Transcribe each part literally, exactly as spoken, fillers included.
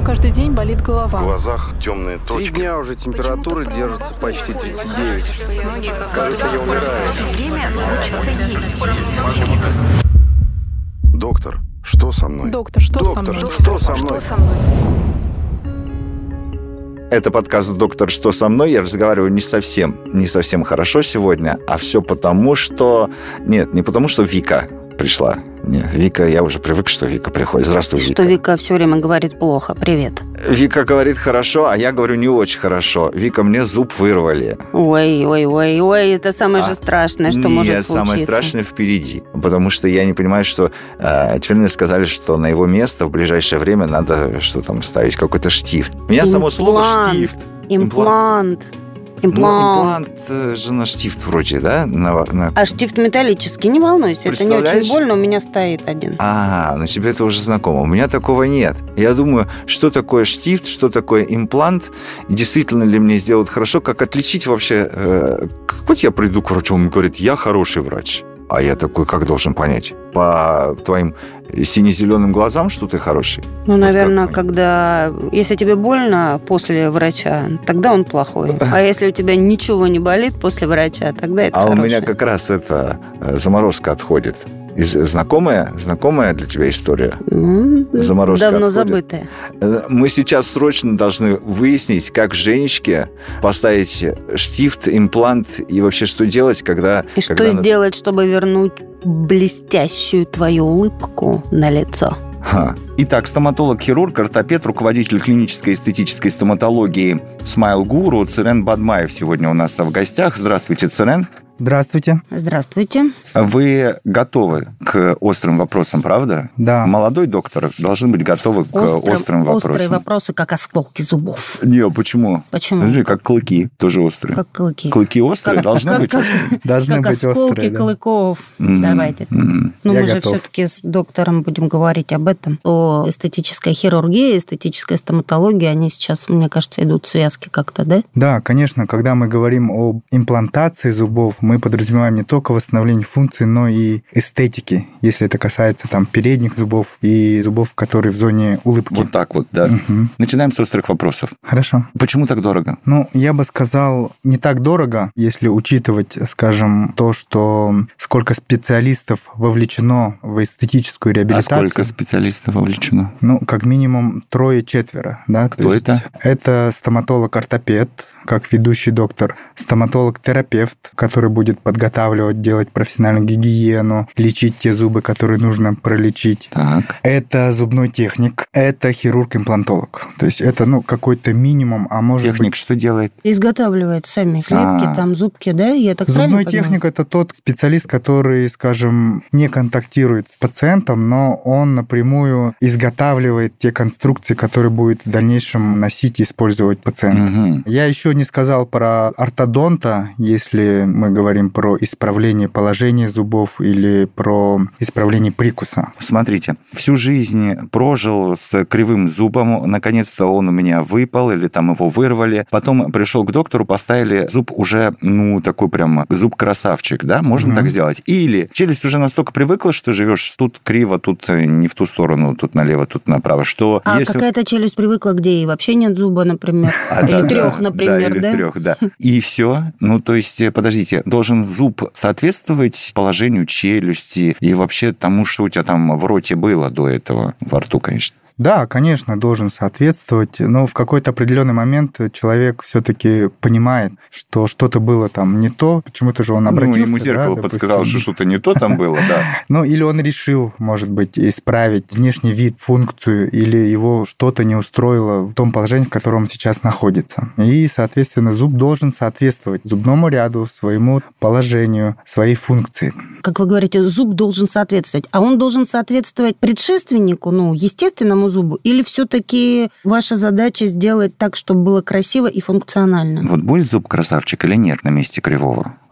каждый день болит голова. В глазах темные точки. Три дня уже температура держится почти тридцать девять. Кажется, я умираю. Доктор, что со мной? Доктор, что Доктор, со мной? что со мной? Это подкаст «Доктор, что со мной?». Я разговариваю не совсем, не совсем хорошо сегодня, а все потому, что... Нет, не потому, что Вика пришла. Нет, Вика, я уже привык, что Вика приходит. Здравствуй, Вика. Что Вика все время говорит плохо. Привет. Вика говорит хорошо, а я говорю не очень хорошо. Вика, мне зуб вырвали. Ой, ой, ой, ой, это самое а, же страшное, что нет, может случиться. Нет, самое страшное впереди. Потому что я не понимаю, что... Э, теперь мне сказали, что на его место в ближайшее время надо что там ставить, какой-то штифт. Меня Имплант. само слово штифт. Имплант. Имплант. Ну, имплант же на штифт вроде, да? На, на... А штифт металлический, не волнуйся, это не очень больно, у меня стоит один. Ага, ну тебе это уже знакомо. У меня такого нет. Я думаю, что такое штифт, что такое имплант, действительно ли мне сделают хорошо, как отличить вообще... Э, как я приду к врачу, он говорит, я хороший врач. А я такой, как должен понять? По твоим сине-зеленым глазам, что ты хороший? Ну, вот наверное, когда... Если тебе больно после врача, тогда он плохой. А если у тебя ничего не болит после врача, тогда это а хороший. А у меня как раз это заморозка отходит. Из, знакомая, знакомая для тебя история? Ну, Заморозка давно отходит. Забытая. Мы сейчас срочно должны выяснить, как Женечке поставить штифт, имплант и вообще что делать, когда... И когда что она... сделать, чтобы вернуть блестящую твою улыбку на лицо? Ха. Итак, стоматолог-хирург, ортопед, руководитель клинической эстетической стоматологии Smile Guru Церен Бадмаев сегодня у нас в гостях. Здравствуйте, Церен. Здравствуйте. Здравствуйте. Вы готовы к острым вопросам, правда? Да. Молодой доктор должны быть готовы к Острым, острым вопросам. Острые вопросы, как осколки зубов. Не, почему? Почему? Подожди, как клыки, тоже острые. Как клыки. Клыки острые, как, должны как, быть как, острые. Должны как быть осколки острые, да. клыков. Mm-hmm. Давайте. Mm-hmm. Но Я мы же готов. все-таки с доктором будем говорить об этом. О эстетической хирургии, эстетической стоматологии, они сейчас, мне кажется, идут в связке как-то, да? Да, конечно, когда мы говорим об имплантации зубов, мы подразумеваем не только восстановление функций, но и эстетики, если это касается там передних зубов и зубов, которые в зоне улыбки. Вот так вот, да. Угу. Начинаем с острых вопросов. Хорошо. Почему так дорого? Ну, я бы сказал, не так дорого, если учитывать, скажем, то, что сколько специалистов вовлечено в эстетическую реабилитацию. А сколько специалистов вовлечено? Ну, как минимум трое-четверо. Да? Кто это? Это стоматолог-ортопед, как ведущий доктор, стоматолог-терапевт, который будет подготавливать, делать профессиональную гигиену, лечить те зубы, которые нужно пролечить. Так. Это зубной техник, это хирург-имплантолог. То есть это, ну, какой-то минимум, а может Техник быть... что делает? Изготавливает сами клетки, А. там зубки, да? Я так Зубной правильно техник понимаю? – это тот специалист, который, скажем, не контактирует с пациентом, но он напрямую изготавливает те конструкции, которые будет в дальнейшем носить и использовать пациент. Угу. Я еще не сказал про ортодонта, если мы говорим про исправление положения зубов или про исправление прикуса. Смотрите, всю жизнь прожил с кривым зубом, наконец-то он у меня выпал, или там его вырвали. Потом пришел к доктору, поставили зуб уже, ну, такой прям зуб-красавчик, да? Можно mm-hmm. так сделать? Или челюсть уже настолько привыкла, что живешь тут криво, тут не в ту сторону, тут налево, тут направо, что... А если... какая-то челюсть привыкла, где и вообще нет зуба, например? А, или да, трех, да, например, да? Или да? трех, да. И все. Ну, то есть, подождите, должен зуб соответствовать положению челюсти и вообще тому, что у тебя там в роте было до этого, во рту, конечно. Да, конечно, должен соответствовать, но в какой-то определенный момент человек все-таки понимает, что что-то было там не то, почему-то же он обратился. Ну, ему зеркало да, подсказало, допустим. что что-то не то там было, да. Ну, или он решил, может быть, исправить внешний вид, функцию, или его что-то не устроило в том положении, в котором он сейчас находится. И, соответственно, зуб должен соответствовать зубному ряду, своему положению, своей функции. Как вы говорите, зуб должен соответствовать. А он должен соответствовать предшественнику, ну, естественному зубу? Или все-таки ваша задача сделать так, чтобы было красиво и функционально? Вот будет зуб красавчик или нет на месте кривого?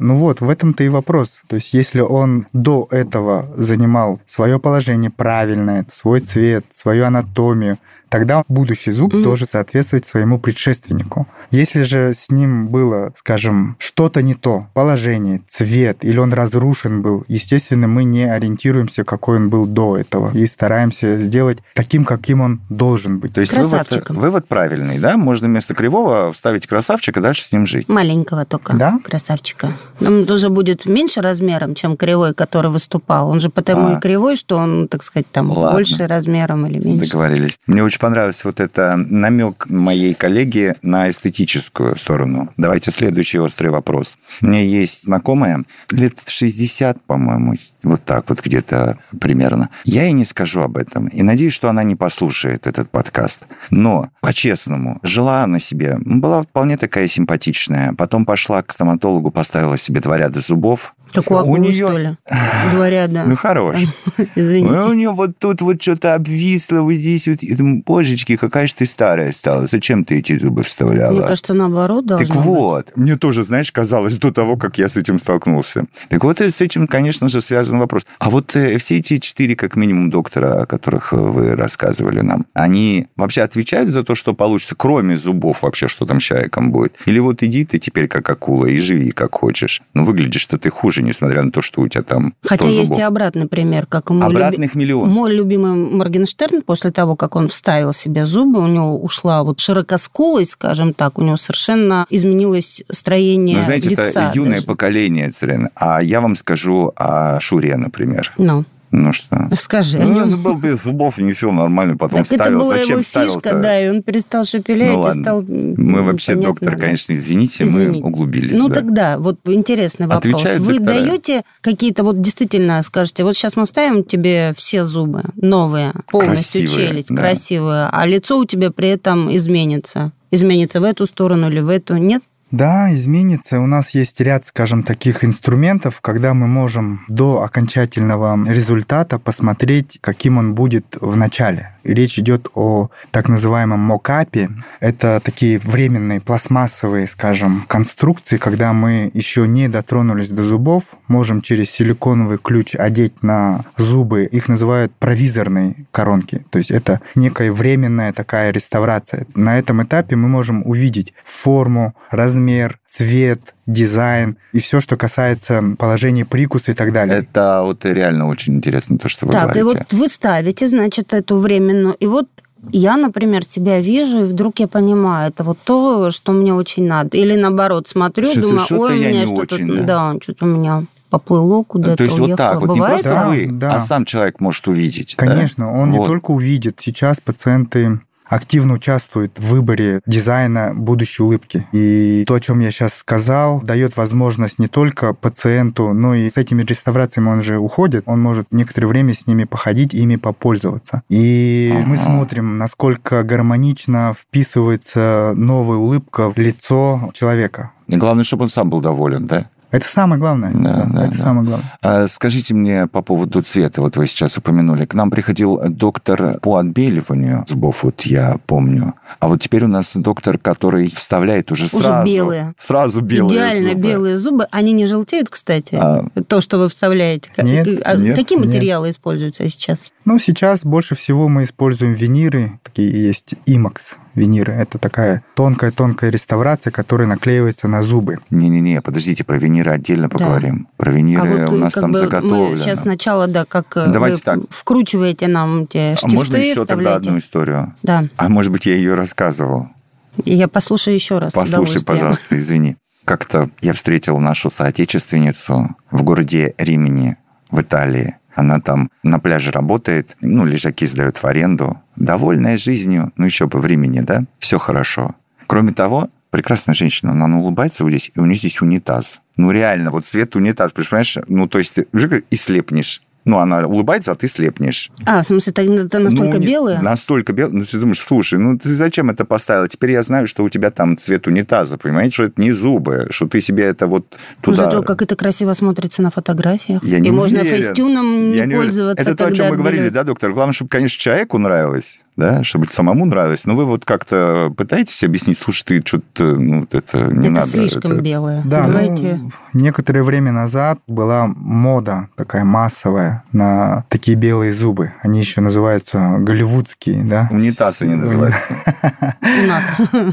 Ну вот, в этом-то и вопрос. То есть если он до этого занимал свое положение правильное, свой цвет, свою анатомию, тогда будущий зуб mm. тоже соответствует своему предшественнику. Если же с ним было, скажем, что-то не то, положение, цвет, или он разрушен был, естественно, мы не ориентируемся, какой он был до этого, и стараемся сделать таким, каким он должен быть. То есть вывод, вывод правильный, да? Можно вместо кривого вставить красавчика и дальше с ним жить. Маленького только да? красавчика. Он тоже будет меньше размером, чем кривой, который выступал. Он же потому а. и кривой, что он, так сказать, там Ладно. больше размером или меньше. Договорились. Мне очень понравился вот это намек моей коллеги на эстетическую сторону. Давайте следующий острый вопрос. У меня есть знакомая, лет шестьдесят, по-моему, вот так вот где-то примерно. Я ей не скажу об этом. И надеюсь, что она не послушает этот подкаст. Но, по-честному, жила она себе, была вполне такая симпатичная. Потом пошла к стоматологу, поставила себе два ряда зубов. Такую акулу, нее... что ли? Два ряда. Ну, хорош. Извините. У нее вот тут вот что-то обвисло, вот здесь вот. Я думаю, божечки, какая же ты старая стала. Зачем ты эти зубы вставляла? Мне кажется, наоборот должно Так вот. Быть. Мне тоже, знаешь, казалось до того, как я с этим столкнулся. Так вот, и с этим, конечно же, связан вопрос. А вот э, все эти четыре, как минимум, доктора, о которых вы рассказывали нам, они вообще отвечают за то, что получится, кроме зубов вообще, что там с человеком будет? Или вот иди ты теперь как акула и живи как хочешь. Но выглядишь-то ты хуже, несмотря на то, что у тебя там Хотя есть зубов. И обратный пример, как мой, Обратных люби... миллион. мой любимый Моргенштерн, после того, как он вставил себе зубы, у него ушла вот широкоскулость, скажем так, у него совершенно изменилось строение лица. Ну, знаете, лица это юное даже. поколение, Царина. А я вам скажу о Шуре, например. Ну. Ну что? Скажи. Ну, он был без зубов, и не все нормально, потом так ставил. Это была Зачем его ставил-то? фишка, да, и он перестал шепелять ну, и стал... Мы вообще, понятно, доктор, да. конечно, извините, извините, мы углубились. Ну, да. тогда, вот интересный вопрос. Отвечают Вы доктора. даете какие-то, вот действительно, скажете, вот сейчас мы вставим тебе все зубы новые, полностью красивые, челюсть, да. красивые, а лицо у тебя при этом изменится. Изменится в эту сторону или в эту, нет? Да, изменится. У нас есть ряд, скажем, таких инструментов, когда мы можем до окончательного результата посмотреть, каким он будет в начале. Речь идет о так называемом мокапе. Это такие временные пластмассовые, скажем, конструкции, когда мы еще не дотронулись до зубов, можем через силиконовый ключ одеть на зубы. Их называют провизорные коронки. То есть это некая временная такая реставрация. На этом этапе мы можем увидеть форму, размер, цвет, дизайн и все, что касается положения прикуса и так далее. Это вот реально очень интересно, то, что вы так, говорите. Так, и вот вы ставите, значит, эту временную, и вот я, например, тебя вижу, и вдруг я понимаю, это вот то, что мне очень надо. Или наоборот, смотрю, что-то, думаю, что-то ой, у меня что-то... Очень, да, да что-то у меня... поплыло куда-то, То есть уехало. вот так, вот Бывает? не просто да, вы, да. а сам человек может увидеть. Конечно, да? он вот. не только увидит. Сейчас пациенты активно участвуют в выборе дизайна будущей улыбки. И то, о чем я сейчас сказал, дает возможность не только пациенту, но и с этими реставрациями он же уходит, он может некоторое время с ними походить, ими попользоваться. И ага. мы смотрим, насколько гармонично вписывается новая улыбка в лицо человека. И главное, чтобы он сам был доволен, да? Это самое главное. Да, да, да, это да. самое главное. А скажите мне по поводу цвета. Вот вы сейчас упомянули. К нам приходил доктор по отбеливанию зубов, вот я помню. А вот теперь у нас доктор, который вставляет уже, уже сразу... белые. Сразу белые Идеально зубы. белые зубы. Они не желтеют, кстати? А... То, что вы вставляете? Нет, а нет, какие нет. материалы используются сейчас? Ну, сейчас больше всего мы используем виниры. Такие есть имакс виниры. Это такая тонкая-тонкая реставрация, которая наклеивается на зубы. Не-не-не, подождите, про виниры отдельно поговорим. Да. Про виниры а вот у нас там заготовлено. Мы сейчас сначала, да, как Давайте вы так. вкручиваете нам эти штифты, а можно еще вставляете? тогда одну историю? Да. А может быть, я ее рассказывал? Я послушаю еще раз. Послушай, пожалуйста, извини. Как-то я встретил нашу соотечественницу в городе Римини в Италии. Она там на пляже работает, ну, лежаки сдают в аренду. Довольная жизнью, ну, еще бы в Римини, да? Все хорошо. Кроме того, прекрасная женщина, она улыбается вот здесь, и у нее здесь унитаз. Ну, реально, вот цвет унитаз, понимаешь? Ну, то есть ты и слепнешь. Ну, она улыбается, а ты слепнешь. А, в смысле, это настолько ну, белые? Настолько белые. Ну, ты думаешь, слушай, ну, ты зачем это поставила? Теперь я знаю, что у тебя там цвет унитаза, понимаете, что это не зубы, что ты себе это вот туда... Ну, зато как это красиво смотрится на фотографиях. Я и не можно уверен. фейстюном не, не пользоваться. Это то, о чем мы говорили, да, доктор? Главное, чтобы, конечно, человеку нравилось. да, чтобы самому нравилось. Но вы вот как-то пытаетесь объяснить, слушай, ты что-то, ну, вот это не это надо. слишком это... белое. Да, Давайте... ну, некоторое время назад была мода такая массовая на такие белые зубы. Они еще называются голливудские, да? Унитазы не называются. У нас.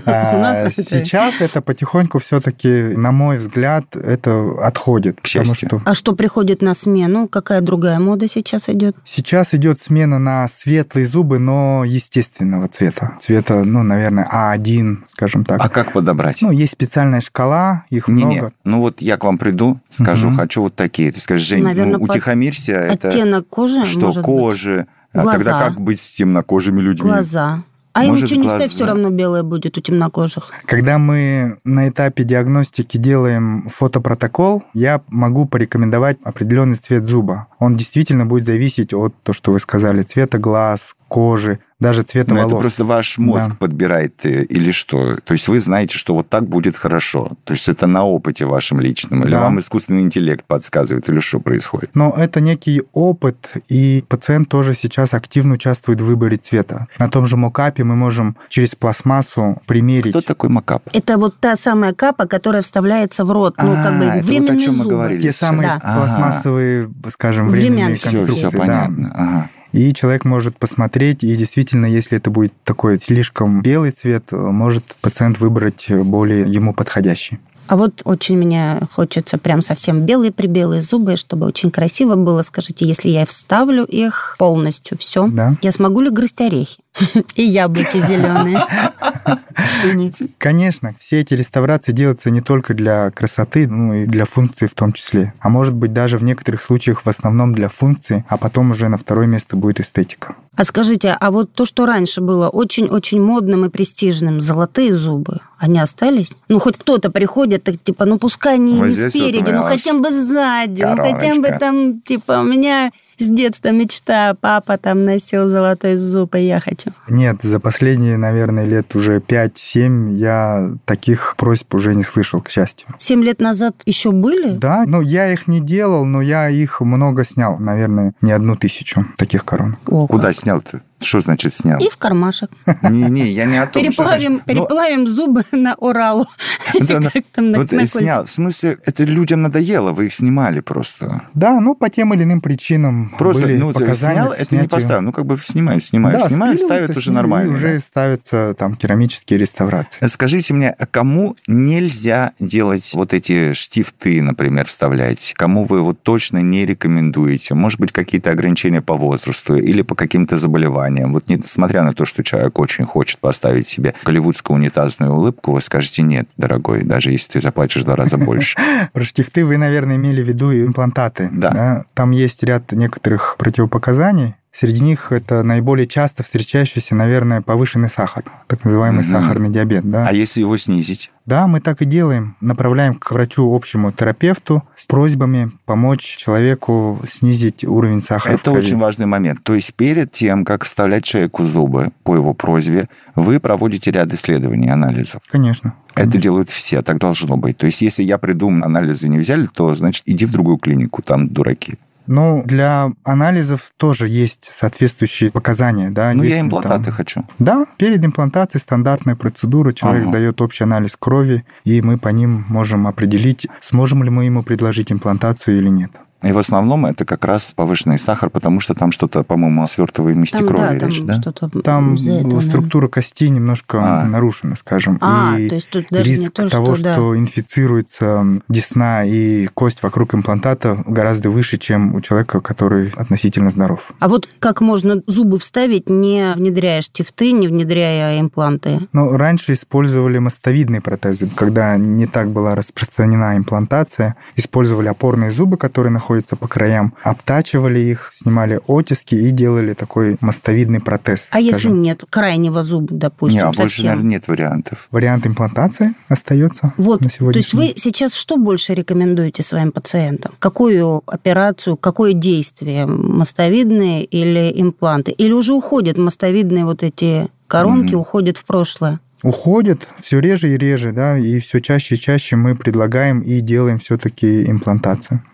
Сейчас это потихоньку все-таки, на мой взгляд, это отходит. К счастью. А что приходит на смену? Какая другая мода сейчас идет? Сейчас идет смена на светлые зубы, но естественного цвета. Цвета, ну, наверное, А один, скажем так. А как подобрать? Ну, есть специальная шкала, их не, много. Не. Ну вот я к вам приду, скажу, угу. хочу вот такие. Ты скажешь, Жень, наверное, ну, утихомирься. Это оттенок кожи, что может кожи? быть. А Глаза. тогда как быть с темнокожими людьми? Глаза. А им Может, ничего не глаза. стать, все равно белое будет у темнокожих. Когда мы на этапе диагностики делаем фотопротокол, я могу порекомендовать определенный цвет зуба. Он действительно будет зависеть от того, что вы сказали, цвета глаз, кожи, даже цвета Но волос. это просто ваш мозг Да. подбирает или что? То есть вы знаете, что вот так будет хорошо. То есть это на опыте вашем личном. Или Да. вам искусственный интеллект подсказывает, или что происходит? Но это некий опыт, и пациент тоже сейчас активно участвует в выборе цвета. На том же мокапе мы можем через пластмассу примерить. Кто такой макап? Это вот та самая капа, которая вставляется в рот. Ну, А, как бы это вот о временные чем мы зубы. говорили. Те сейчас. самые Да. Ага. пластмассовые, скажем, временные Времянки. Все, конструкции. все да. понятно. Ага. И человек может посмотреть, и действительно, если это будет такой слишком белый цвет, может пациент выбрать более ему подходящий. А вот очень мне хочется прям совсем белые-прибелые зубы, чтобы очень красиво было. Скажите, если я вставлю их полностью, все, Да. я смогу ли грызть орехи? И яблоки зеленые. Извините. Конечно, все эти реставрации делаются не только для красоты, ну и для функции в том числе. А может быть, даже в некоторых случаях в основном для функции, а потом уже на второе место будет эстетика. А скажите, а вот то, что раньше было очень-очень модным и престижным, золотые зубы, они остались? Ну, хоть кто-то приходит, так типа, ну, пускай не, Вот не здесь вот у спереди, меня ну, хотя бы сзади, ну, хотя бы короночка. там, типа, у меня с детства мечта, папа там носил золотой зуб, и я хочу. Нет, за последние, наверное, лет уже пять-семь я таких просьб уже не слышал, к счастью. Семь лет назад еще были? Да, ну я их не делал, но я их много снял, наверное, не одну тысячу таких коронок. О, как. Куда снял-то? Что значит снял? И в кармашек. Не-не, я не о том, что Переплавим, значит. Ну, переплавим зубы на Уралу. да, Как там на- вот на и кольце. снял. В смысле, это людям надоело, вы их снимали просто. Да, ну по тем или иным причинам Просто, были ну, ты показания снял, к это не снятию. поставил. Ну, как бы снимают, снимают, Да, снимают, ставят спиливаются, уже снимают, нормально. и уже да. ставятся там керамические реставрации. Скажите мне, а кому нельзя делать вот эти штифты, например, вставлять? Кому вы вот точно не рекомендуете? Может быть, какие-то ограничения по возрасту или по каким-то заболеваниям? Вот несмотря на то, что человек очень хочет поставить себе голливудскую унитазную улыбку, вы скажете, нет, дорогой, даже если ты заплатишь в два раза больше. Про штифты вы, наверное, имели в виду и имплантаты. Да. Там есть ряд некоторых противопоказаний. Среди них это наиболее часто встречающийся, наверное, повышенный сахар, так называемый Мгм. сахарный диабет. Да? А если его снизить? Да, мы так и делаем. Направляем к врачу общему терапевту с просьбами помочь человеку снизить уровень сахара в Это крови. очень важный момент. То есть перед тем, как вставлять человеку зубы по его просьбе, вы проводите ряд исследований, анализов. Конечно. Это делают все, так должно быть. То есть если я приду, анализы не взяли, то, значит, иди в другую клинику, там дураки. Но для анализов тоже есть соответствующие показания. Да? Ну, Есть, я имплантаты там- хочу. Да, перед имплантацией стандартная процедура. Человек Ага. сдает общий анализ крови, и мы по ним можем определить, сможем ли мы ему предложить имплантацию или нет. И в основном это как раз повышенный сахар, потому что там что-то, по-моему, о свертываемости Там, крови да, речь, там да? что-то Там из-за этого, структура костей немножко А. нарушена, скажем. А, и то есть тут даже не риск то, того, что, да. что инфицируется десна и кость вокруг имплантата, гораздо выше, чем у человека, который относительно здоров. А вот как можно зубы вставить, не внедряя штифты, не внедряя импланты? Но раньше использовали мостовидные протезы, когда не так была распространена имплантация. Использовали опорные зубы, которые находятся по краям, обтачивали их, снимали оттиски и делали такой мостовидный протез. А если скажем. нет крайнего зуба, допустим, Не, а больше, совсем? наверное, нет вариантов. Вариант имплантации остается Вот, на то есть сегодняшний вы сейчас что больше рекомендуете своим пациентам? Какую операцию, какое действие? Мостовидные или импланты? Или уже уходят мостовидные вот эти коронки, Мгм. уходят в прошлое? Уходит все реже и реже, да, и все чаще и чаще мы предлагаем и делаем все-таки имплантацию.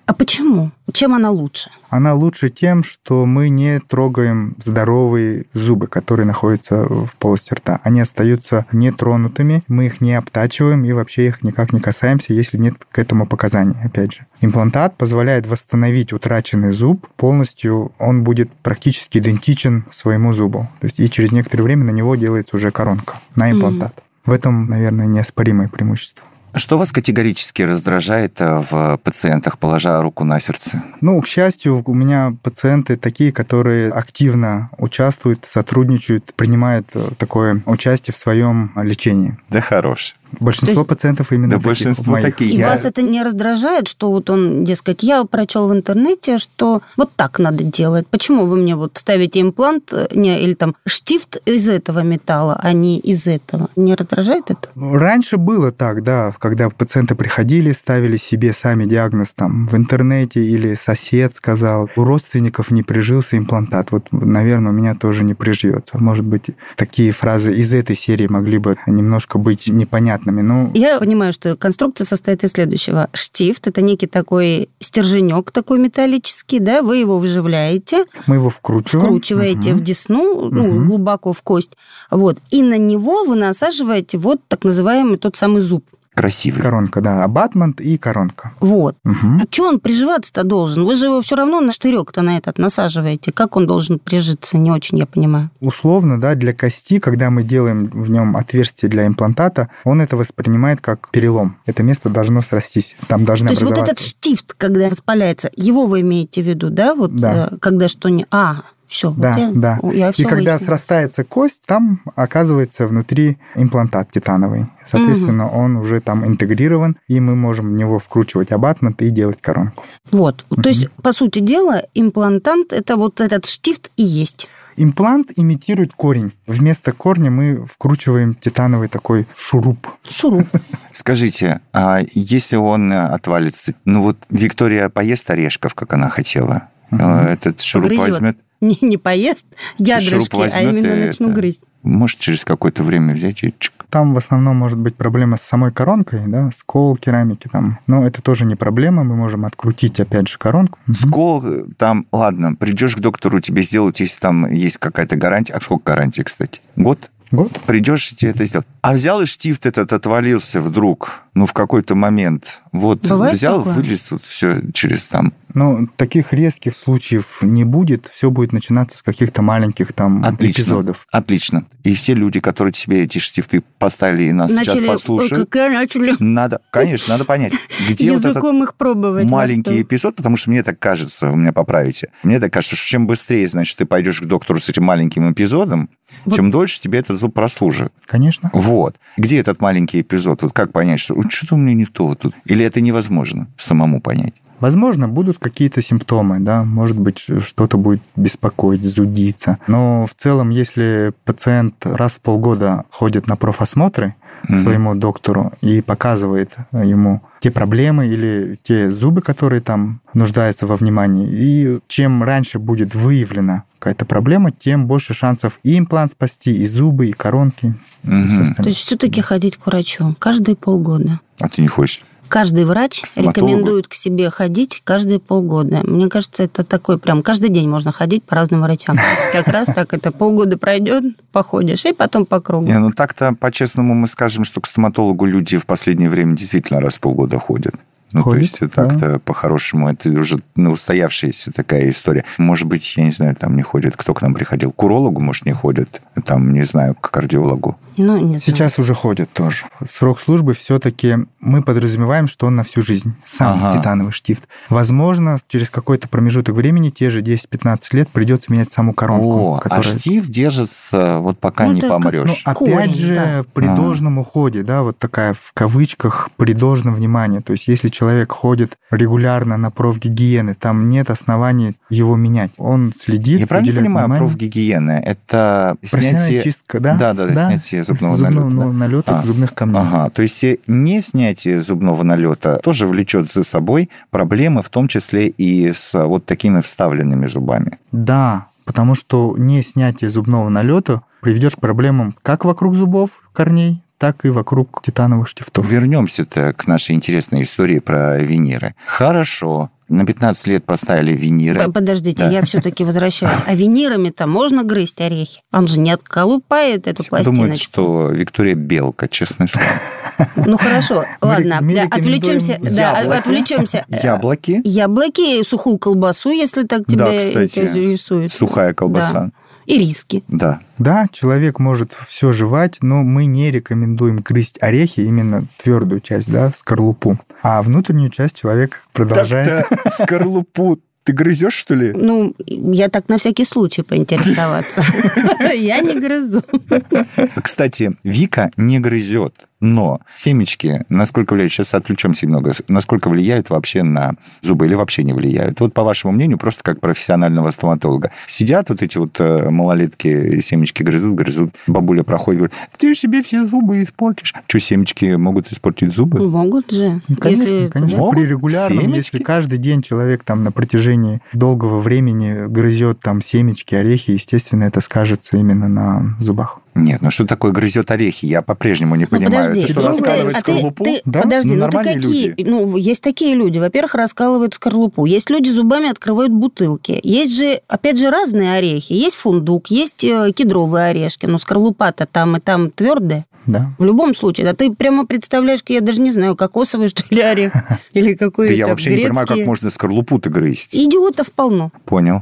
А почему? Чем она лучше? Она лучше тем, что мы не трогаем здоровые зубы, которые находятся в полости рта. Они остаются нетронутыми, мы их не обтачиваем и вообще их никак не касаемся, если нет к этому показаний, опять же. Имплантат позволяет восстановить утраченный зуб полностью, он будет практически идентичен своему зубу. То есть и через некоторое время на него делается уже коронка на имплантат. Mm. В этом, наверное, неоспоримое преимущество. Что вас категорически раздражает в пациентах, положа руку на сердце? Ну, к счастью, у меня пациенты такие, которые активно участвуют, сотрудничают, принимают такое участие в своем лечении. Да хорош. Большинство есть... пациентов именно да таких. Большинство такие. И Я... вас это не раздражает, что вот он, дескать, я прочел в интернете, что вот так надо делать. Почему вы мне вот ставите имплант не, или там штифт из этого металла, а не из этого? Не раздражает это? Раньше было так, да, когда пациенты приходили, ставили себе сами диагноз там в интернете или сосед сказал, у родственников не прижился имплантат. Вот, наверное, у меня тоже не приживется. Может быть, такие фразы из этой серии могли бы немножко быть непонятными. Но... Я понимаю, что конструкция состоит из следующего. Штифт – это некий такой стерженек такой металлический, да, вы его вживляете. Мы его вкручиваем. Вкручиваете угу. в десну, ну, угу. глубоко в кость. Вот. И на него вы насаживаете вот так называемый тот самый зуб. Красивый. Коронка, да. Абатмент и коронка. Вот. Угу. А что он приживаться-то должен? Вы же его все равно на штырек-то на этот насаживаете. Как он должен прижиться? Не очень я понимаю. Условно, да, для кости, когда мы делаем в нем отверстие для имплантата, он это воспринимает как перелом. Это место должно срастись. Там должны образоваться... То есть вот этот штифт, когда воспаляется, его вы имеете в виду, да? Вот да. Когда что не... А, все. Да, вот я, да. Я и когда выяснила. Срастается кость, там оказывается внутри имплантат титановый. Соответственно, угу. он уже там интегрирован, и мы можем в него вкручивать абатмент и делать коронку. Вот. Угу. То есть, по сути дела, имплантант – это вот этот штифт и есть. Имплант имитирует корень. Вместо корня мы вкручиваем титановый такой шуруп. Шуруп. Скажите, а если он отвалится, ну вот Виктория поест орешков, как она хотела, угу. этот шуруп Грызет. возьмет? Не, не поест ядрышки, а именно и начну это... грызть. Может, через какое-то время взять и чик. Там в основном может быть проблема с самой коронкой, да, скол керамики там. Но это тоже не проблема, мы можем открутить опять же коронку. Скол там, ладно, придешь к доктору, тебе сделают, если там есть какая-то гарантия. А сколько гарантии, кстати? Год? Год. Придешь, и тебе это сделают. А взял и штифт этот отвалился вдруг, ну, в какой-то момент. Вот, бывает взял, такое? вылез, вот, все через там. Ну, таких резких случаев не будет. Все будет начинаться с каких-то маленьких там Отлично. эпизодов. Отлично. И все люди, которые тебе эти штифты поставили и нас начали, сейчас послушают, как начали надо, конечно, надо понять, где вот этот языком их пробовать. маленький эпизод, потому что мне так кажется, вы меня поправите, мне так кажется, что чем быстрее, значит, ты пойдешь к доктору с этим маленьким эпизодом, вот. Тем дольше тебе этот зуб прослужит. Конечно. Вот. Где этот маленький эпизод? Вот как понять, что что-то у меня не то тут? Или это невозможно самому понять? Возможно, будут какие-то симптомы, да, может быть, что-то будет беспокоить, зудиться. Но в целом, если пациент раз в полгода ходит на профосмотры к mm-hmm. своему доктору и показывает ему те проблемы или те зубы, которые там нуждаются во внимании, и чем раньше будет выявлена какая-то проблема, тем больше шансов и имплант спасти, и зубы, и коронки. Mm-hmm. То есть все-таки ходить к врачу каждые полгода. А ты не хочешь? Каждый врач Стоматологу. Рекомендует к себе ходить каждые полгода. Мне кажется, это такой прям каждый день можно ходить по разным врачам. Как раз так это полгода пройдет, походишь, и потом по кругу. Не, ну так-то, по-честному, мы скажем, что к стоматологу люди в последнее время действительно раз в полгода ходят. Ну, Ходит, то есть, так-то, да. по-хорошему, это уже ну, устоявшаяся такая история. Может быть, я не знаю, там не ходит, кто к нам приходил? К урологу, может, не ходит? Там, не знаю, к кардиологу. Ну, не знаю. Сейчас уже ходят тоже. Срок службы все-таки мы подразумеваем, что он на всю жизнь. Сам ага. титановый штифт. Возможно, через какой-то промежуток времени, те же десять-пятнадцать лет, придется менять саму коронку. О, которая... а штифт держится вот пока ну, не помрешь. Ну, опять корень, же, да. при А. должном уходе, да, вот такая в кавычках, при должном внимании. То есть, если человек ходит регулярно на профгигиены, там нет оснований его менять. Он следит, Я правильно уделяет понимаю, внимание. профгигиена – это Профессиональная снятие... чистка, да? Да, да, да, снятие зубного, зубного налета. Да? налета А. зубных камней. Ага, то есть не снятие зубного налета тоже влечет за собой проблемы, в том числе и с вот такими вставленными зубами. Да, потому что не снятие зубного налета приведет к проблемам как вокруг зубов, корней, так и вокруг титановых штифтов. Вернемся-то к нашей интересной истории про виниры. Хорошо. на пятнадцать лет поставили виниры. Подождите, Да. я все-таки возвращаюсь. А винирами-то можно грызть орехи? Он же не отколупает эту пластиночку. Думают, что Виктория белка, честное слово. Ну хорошо, Мы ладно, рек- мы да, рекомендуем отвлечемся. Да, яблоки. отвлечемся. Яблоки. Яблоки, сухую колбасу, если так Да, тебя кстати, интересует. сухая колбаса. И риски. Да. Да, человек может все жевать, но мы не рекомендуем грызть орехи, именно твердую часть, да, скорлупу. А внутреннюю часть человек продолжает... Так-то скорлупу ты грызешь, что ли? Ну, я так на всякий случай поинтересоваться. Я не грызу. Кстати, Вика не грызет, но семечки, насколько влияют, сейчас отвлечемся немного, насколько влияют вообще на зубы или вообще не влияют? Вот по вашему мнению, просто как профессионального стоматолога. Сидят вот эти вот э, малолетки, семечки грызут, грызут, бабуля проходит, говорит, ты себе все зубы испортишь. Что, семечки могут испортить зубы? Могут же. Ну, конечно, Если- конечно. Могут? При регулярном, Семечки? если каждый день человек там на протяжении долгого времени грызет там семечки, орехи, естественно, это скажется именно на зубах. Нет, ну что такое грызет орехи? Я по-прежнему не Ну, понимаю. подожди, Это что, ну, раскалывает а ты- скорлупу? ты- Да? подожди, Ну, ну, ты нормальные какие? люди. Ну, есть такие люди. Во-первых, раскалывают скорлупу. Есть люди зубами открывают бутылки. Есть же, опять же, разные орехи. Есть фундук, есть э, кедровые орешки. Но скорлупа-то там и там твердая. Да. В любом случае. Да ты прямо представляешь, я даже не знаю, кокосовый, что ли, орех. Или какой-то Да я вообще не понимаю, как грецкий. можно скорлупу-то грызть. Идиотов полно. Понял.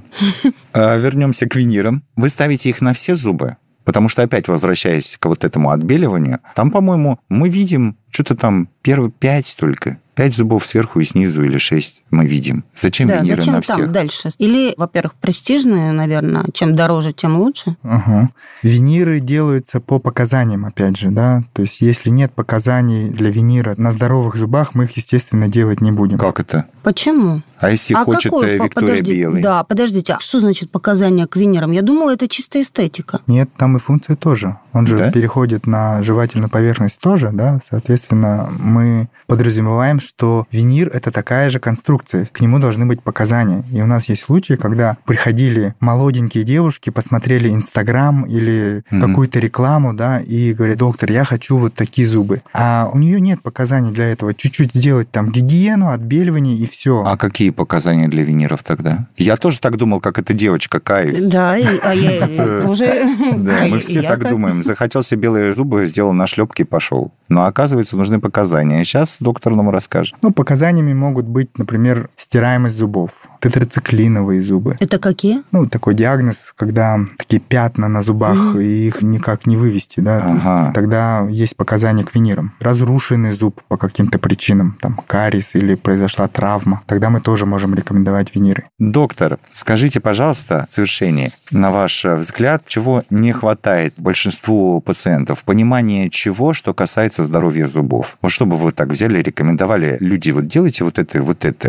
А, Вернемся к винирам. Вы ставите их на все зубы? Потому что, опять возвращаясь к вот этому отбеливанию, там, по-моему, мы видим что-то там первые пять только. Пять зубов сверху и снизу или шесть мы видим. Зачем Да, виниры зачем на там всех? дальше? Или, во-первых, престижные, наверное, чем дороже, тем лучше. Ага. Виниры делаются по показаниям, опять же, да. То есть, если нет показаний для винира на здоровых зубах, мы их, естественно, делать не будем. Как это? Почему? А если а хочет какой, э, по- Виктория подожди, Белый? Да, подождите, а что значит показания к винирам? Я думала, это чисто эстетика. Нет, там и функция тоже. Он же Да? переходит на жевательную поверхность тоже, да. Соответственно, мы подразумеваем, что винир – это такая же конструкция. К нему должны быть показания. И у нас есть случаи, когда приходили молоденькие девушки, посмотрели Инстаграм или Мгм. какую-то рекламу, да, и говорят, доктор, я хочу вот такие зубы. А у нее нет показаний для этого. Чуть-чуть сделать там гигиену, отбеливание и все. А какие показания для виниров тогда? Я тоже так думал, как эта девочка Кай. Да, и- а я Это- уже... Да, а мы и все я так думаем. Захотел себе белые зубы, сделал нашлепки и пошел. Но оказывается, нужны показания. Сейчас доктор нам расскажет. Ну, показаниями могут быть, например, стираемость зубов, тетрациклиновые зубы. Это какие? Ну, такой диагноз, когда такие пятна на зубах, Мгм. и их никак не вывести, да, то есть Ага. тогда есть показания к винирам. Разрушенный зуб по каким-то причинам, там, кариес или произошла травма, тогда мы тоже можем рекомендовать виниры. Доктор, скажите, пожалуйста, в завершении, на ваш взгляд, чего не хватает большинству пациентов? Понимание чего, что касается здоровья зубов? Вот чтобы вы так взяли и рекомендовали, люди, вот делайте вот это и вот это,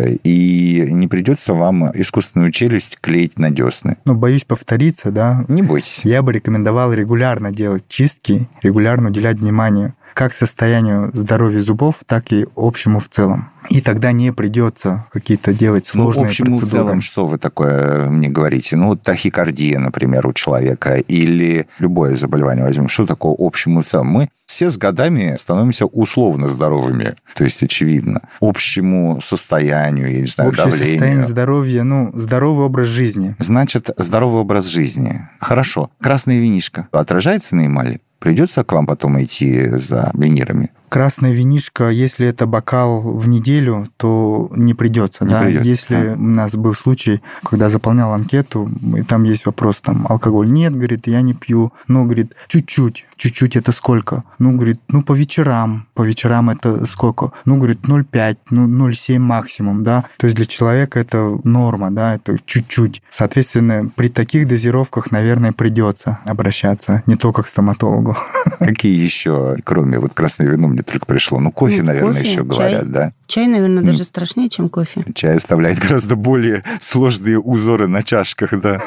и не придется вам искусственную челюсть клеить на десны. Но боюсь повториться, да, Не бойтесь. я бы рекомендовал регулярно делать чистки, регулярно уделять внимание как состоянию здоровья зубов, так и общему в целом. И тогда не придется какие-то делать Ну, сложные общему в процедуры. целом, что вы такое мне говорите? Ну, вот тахикардия, например, у человека, или любое заболевание возьмем. Что такое общему в целом? Мы все с годами становимся условно здоровыми, то есть очевидно. Общему состоянию, я не знаю, Общее состояние давлению. здоровья, ну, здоровый образ жизни. Значит, здоровый образ жизни. Хорошо. Красное винишко отражается на эмали? Придется к вам потом идти за винирами? Красное винишко, если это бокал в неделю, то не придется. Не да? придется, Если а. у нас был случай, когда заполнял анкету, и там есть вопрос, там, алкоголь. Нет, говорит, я не пью. Ну, говорит, чуть-чуть. Чуть-чуть это сколько? Ну, говорит, ну, по вечерам. По вечерам это сколько? Ну, говорит, ноль целых пять, ну, ноль целых семь максимум, да. То есть для человека это норма, да, это чуть-чуть. Соответственно, при таких дозировках, наверное, придется обращаться не только к стоматологу. Какие еще, кроме вот красного вина, мне только пришло? Ну, кофе, Ну, наверное, кофе, еще чай. говорят, да? Чай, наверное, М. даже страшнее, чем кофе. Чай оставляет гораздо более сложные узоры на чашках, да.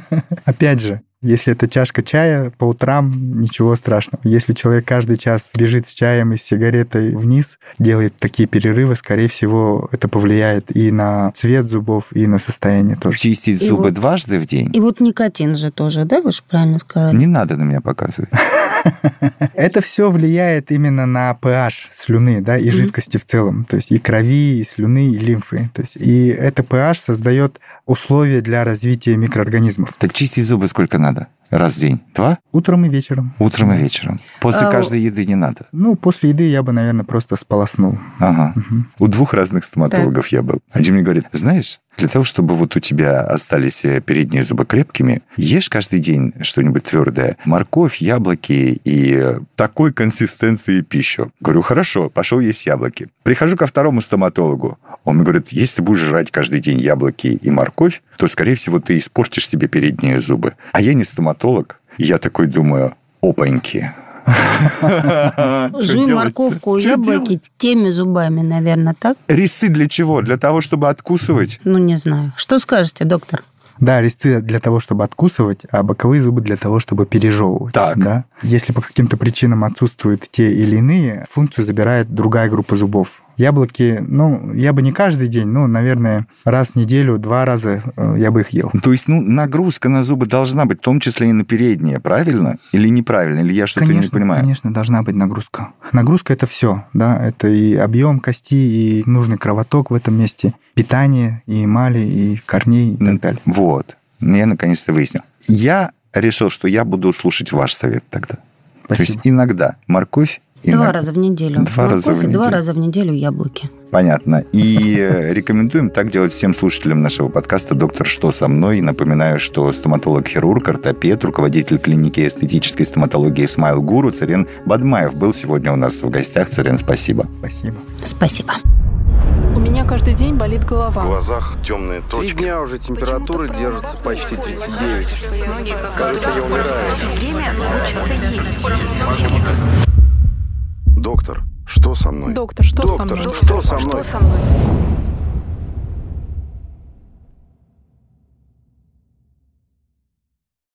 Опять же, если это чашка чая по утрам, ничего страшного. Если человек каждый час бежит с чаем и с сигаретой вниз, делает такие перерывы, скорее всего, это повлияет и на цвет зубов, и на состояние тоже. Чистить И зубы вот- дважды в день? И вот никотин же тоже, да, вы же правильно сказали? Не надо на меня показывать. Это все влияет именно на pH слюны, да, и жидкости в целом, то есть и крови, и слюны, и лимфы. То есть и это pH создает условия для развития микроорганизмов. Так чистить зубы сколько надо? Раз в день? Два? Утром и вечером. Утром и вечером. После А, каждой еды не надо? Ну, после еды я бы, наверное, просто сполоснул. Ага. У двух разных стоматологов я был. Один мне говорит, знаешь, для того, чтобы вот у тебя остались передние зубы крепкими, ешь каждый день что-нибудь твердое. Морковь, яблоки и такой консистенции пищу. Говорю, хорошо, пошел есть яблоки. Прихожу ко второму стоматологу. Он мне говорит, если ты будешь жрать каждый день яблоки и морковь, то, скорее всего, ты испортишь себе передние зубы. А я не стоматолог. Я такой думаю, опаньки. Жуй морковку и яблоки теми зубами, наверное, так? Резцы для чего? Для того, чтобы откусывать? Ну, не знаю. Что скажете, доктор? Да, резцы для того, чтобы откусывать, а боковые зубы для того, чтобы пережевывать. Так. Да? Если по каким-то причинам отсутствуют те или иные, функцию забирает другая группа зубов. Яблоки, ну, я бы не каждый день, ну, наверное, раз в неделю, два раза я бы их ел. То есть, ну, нагрузка на зубы должна быть, в том числе и на передние, правильно? Или неправильно? Или я что-то конечно, не понимаю? Конечно, должна быть нагрузка. Нагрузка – это все, да, это и объем кости, и нужный кровоток в этом месте, питание, и эмали, и корней, и так далее. Вот. Я наконец-то выяснил. Я решил, что я буду слушать ваш совет тогда. Спасибо. То есть иногда морковь, Два иногда... раза в неделю. Два Морковь раза в и два неделю. раза в неделю яблоки. Понятно. И рекомендуем так делать всем слушателям нашего подкаста «Доктор, что со мной?». Напоминаю, что стоматолог-хирург, ортопед, руководитель клиники эстетической стоматологии Smile Guru Царен Бадмаев был сегодня у нас в гостях. Царен, спасибо. Спасибо. Спасибо. У меня каждый день болит В голова. глазах темные Три точки. дня уже температура держится почти тридцать девять. Кажется, я умираю. Доктор, что со мной? Доктор, что со Доктор, мной? что со мной? Что со мной?